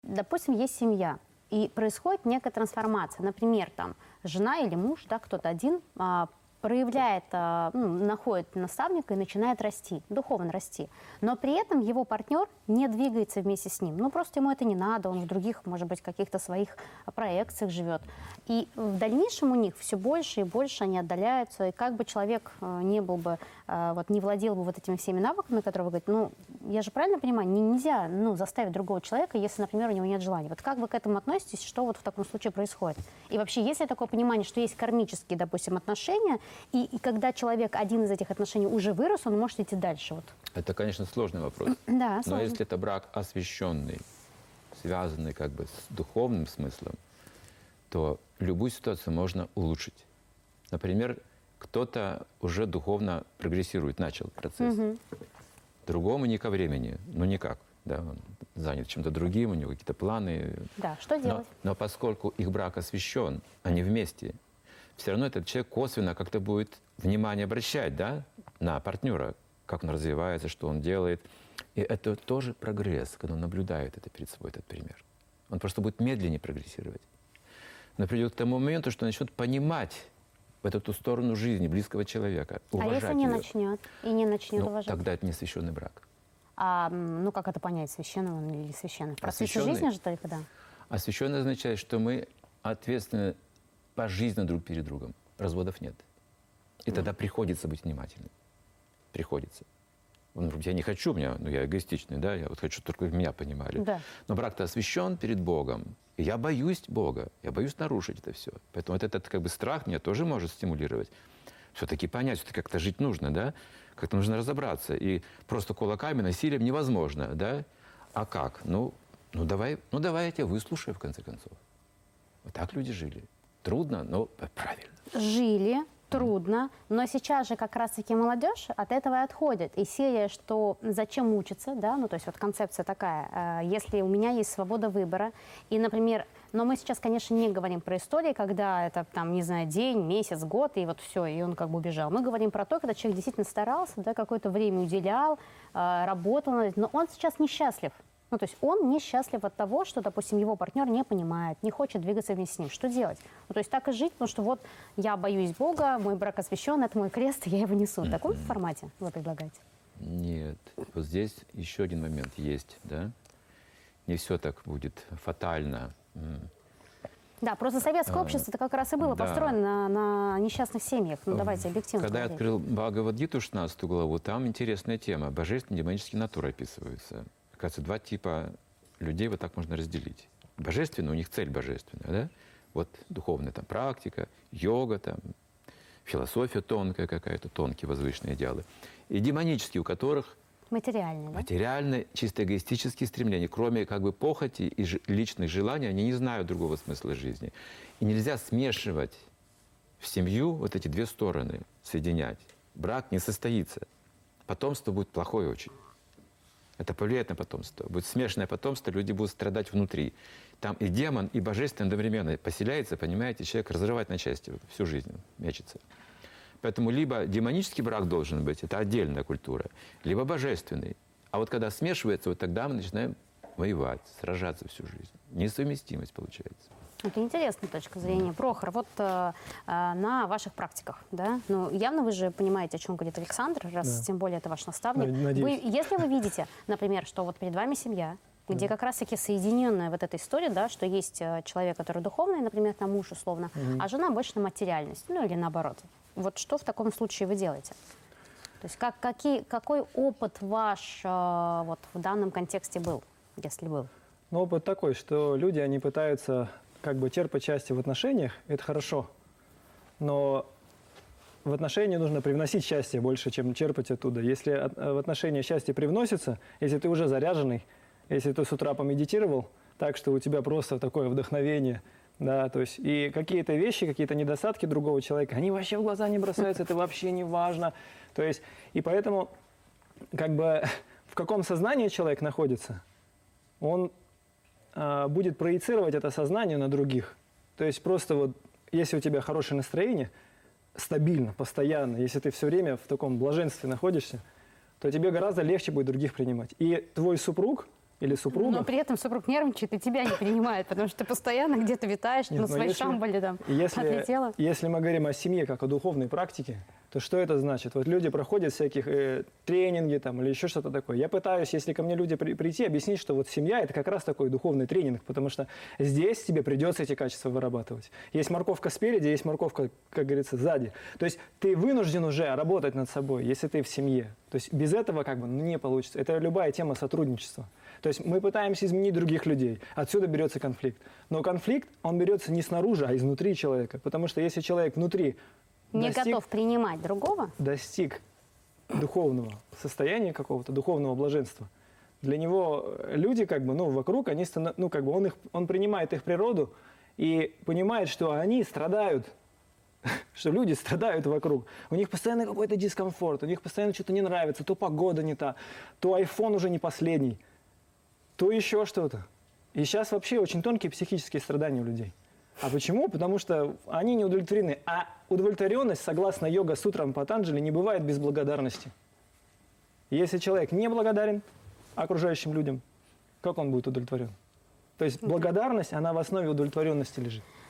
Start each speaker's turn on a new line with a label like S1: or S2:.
S1: Допустим, есть семья, и происходит некая трансформация. Например, там жена или муж, да, кто-то один проявляет, находит наставника и начинает расти, духовно расти. Но при этом его партнер не двигается вместе с ним. Ну, просто ему это не надо, он в других, может быть, каких-то своих проекциях живет. И в дальнейшем у них все больше и больше они отдаляются. И как бы человек не был бы, не владел бы вот этими всеми навыками, которые вы говорите, я же правильно понимаю, нельзя заставить другого человека, если, например, у него нет желания. Вот как вы к этому относитесь, что вот в таком случае происходит? И вообще, есть ли такое понимание, что есть кармические, допустим, отношения, и когда человек один из этих отношений уже вырос, он может идти дальше? Вот.
S2: Это, конечно, сложный вопрос.
S1: Да,
S2: но
S1: сложно.
S2: если это брак освященный, связанный как бы с духовным смыслом, то любую ситуацию можно улучшить. Например, кто-то уже духовно прогрессирует, начал процесс. Другому не ко времени, никак. Да, он занят чем-то другим, у него какие-то планы.
S1: Да, что делать?
S2: Но поскольку их брак освящен, они вместе, все равно этот человек косвенно как-то будет внимание обращать, да, на партнера, как он развивается, что он делает. И это тоже прогресс, когда он наблюдает это перед собой, этот пример. Он просто будет медленнее прогрессировать. Но придет к тому моменту, что начнет понимать в эту сторону жизни близкого человека, уважать
S1: если не
S2: ее.
S1: начнет и не начнет уважать?
S2: Тогда это не священный брак.
S1: Как это понять, священный он или священный? В процессе жизни же только, да?
S2: Освященный означает, что мы ответственны пожизненно друг перед другом. Разводов нет. И тогда приходится быть внимательным. Приходится. Я не хочу, я эгоистичный, да, я вот хочу, только меня понимали.
S1: Да.
S2: Но брак-то освящен перед Богом. И я боюсь Бога, я боюсь нарушить это все. Поэтому вот этот как бы страх меня тоже может стимулировать. Все-таки понять, что как-то жить нужно, да? Как-то нужно разобраться. И просто кулаками, насилием невозможно, да? А как? Давай я тебя выслушаю, в конце концов. Вот так люди жили. Трудно, но правильно.
S1: Жили, трудно, но сейчас же как раз-таки молодежь от этого и отходит. И сея, что зачем мучиться, да, то есть вот концепция такая, если у меня есть свобода выбора, и, например, но мы сейчас, конечно, не говорим про истории, когда это, день, месяц, год, и вот все, и он как бы убежал. Мы говорим про то, когда человек действительно старался, да, какое-то время уделял, работал, но он сейчас несчастлив. То есть он несчастлив от того, что, допустим, его партнер не понимает, не хочет двигаться вместе с ним. Что делать? То есть так и жить, потому что вот я боюсь Бога, мой брак освящен, это мой крест, я его несу. В таком формате вы предлагаете?
S2: Нет. Вот здесь еще один момент есть, да? Не все так будет фатально.
S1: Да, просто советское общество-то как раз и было построено на несчастных семьях. Давайте объективно
S2: Когда я
S1: говорить.
S2: открыл Бхагавад-гиту, 16 главу, там интересная тема. Божественные и демонические натуры описываются. Кажется, два типа людей вот так можно разделить. Божественные, у них цель божественная, да? Вот духовная там практика, йога, там, философия тонкая какая-то, тонкие возвышенные идеалы. И демонические, у которых
S1: Материальные, да?
S2: материальные, чисто эгоистические стремления. Кроме как бы похоти и личных желаний, они не знают другого смысла жизни. И нельзя смешивать в семью вот эти две стороны, соединять. Брак не состоится. Потомство будет плохое очень. Это повлияет на потомство. Будет смешанное потомство, люди будут страдать внутри. Там и демон, и божественное одновременно поселяется, понимаете, человек разрывает на части вот, всю жизнь, мечется. Поэтому либо демонический брак должен быть, это отдельная культура, либо божественный. А вот когда смешивается, вот тогда мы начинаем воевать, сражаться всю жизнь. Несовместимость получается.
S1: Это интересная точка зрения. Прохор, вот на ваших практиках, да, явно вы же понимаете, о чем говорит Александр, раз тем более это ваш наставник. Если вы видите, например, что вот перед вами семья, где как раз-таки соединенная вот эта история, да, что есть человек, который духовный, например, там муж условно, а жена больше на материальность, или наоборот. Вот что в таком случае вы делаете? То есть какой опыт ваш вот в данном контексте был, если был?
S3: Опыт такой, что люди, они пытаются как бы черпать счастье в отношениях, это хорошо, но в отношения нужно привносить счастье больше, чем черпать оттуда. Если в отношения счастье привносится, если ты уже заряженный, если ты с утра помедитировал, так что у тебя просто такое вдохновение, да, то есть и какие-то вещи, какие-то недостатки другого человека, они вообще в глаза не бросаются, это вообще не важно. То есть, и поэтому, как бы, в каком сознании человек находится, он будет проецировать это сознание на других. То есть просто вот, если у тебя хорошее настроение, стабильно, постоянно, если ты все время в таком блаженстве находишься, то тебе гораздо легче будет других принимать. И твой супруг, или супругов.
S1: Но при этом супруг нервничает и тебя не принимает, потому что ты постоянно где-то витаешь
S3: Нет,
S1: на
S3: но
S1: своей
S3: если-
S1: шамбале там, отлетела.
S3: Если мы говорим о семье как о духовной практике, то что это значит? Вот люди проходят всяких тренинги там, или еще что-то такое. Я пытаюсь, если ко мне люди прийти, объяснить, что вот семья – это как раз такой духовный тренинг, потому что здесь тебе придется эти качества вырабатывать. Есть морковка спереди, есть морковка, как говорится, сзади. То есть ты вынужден уже работать над собой, если ты в семье. То есть без этого как бы не получится. Это любая тема сотрудничества. То есть мы пытаемся изменить других людей. Отсюда берется конфликт. Но конфликт, он берется не снаружи, а изнутри человека. Потому что если человек внутри
S1: Не готов принимать другого?
S3: достиг духовного состояния какого-то, духовного блаженства, для него люди как бы, вокруг, они, как бы он принимает их природу и понимает, что они страдают, что люди страдают вокруг. У них постоянно какой-то дискомфорт, у них постоянно что-то не нравится, то погода не та, то iPhone уже не последний, то еще что-то. И сейчас вообще очень тонкие психические страдания у людей. А почему? Потому что они не удовлетворены. А удовлетворенность, согласно йога-сутрам Патанджали, не бывает без благодарности. Если человек не благодарен окружающим людям, как он будет удовлетворен? То есть благодарность, она в основе удовлетворенности лежит.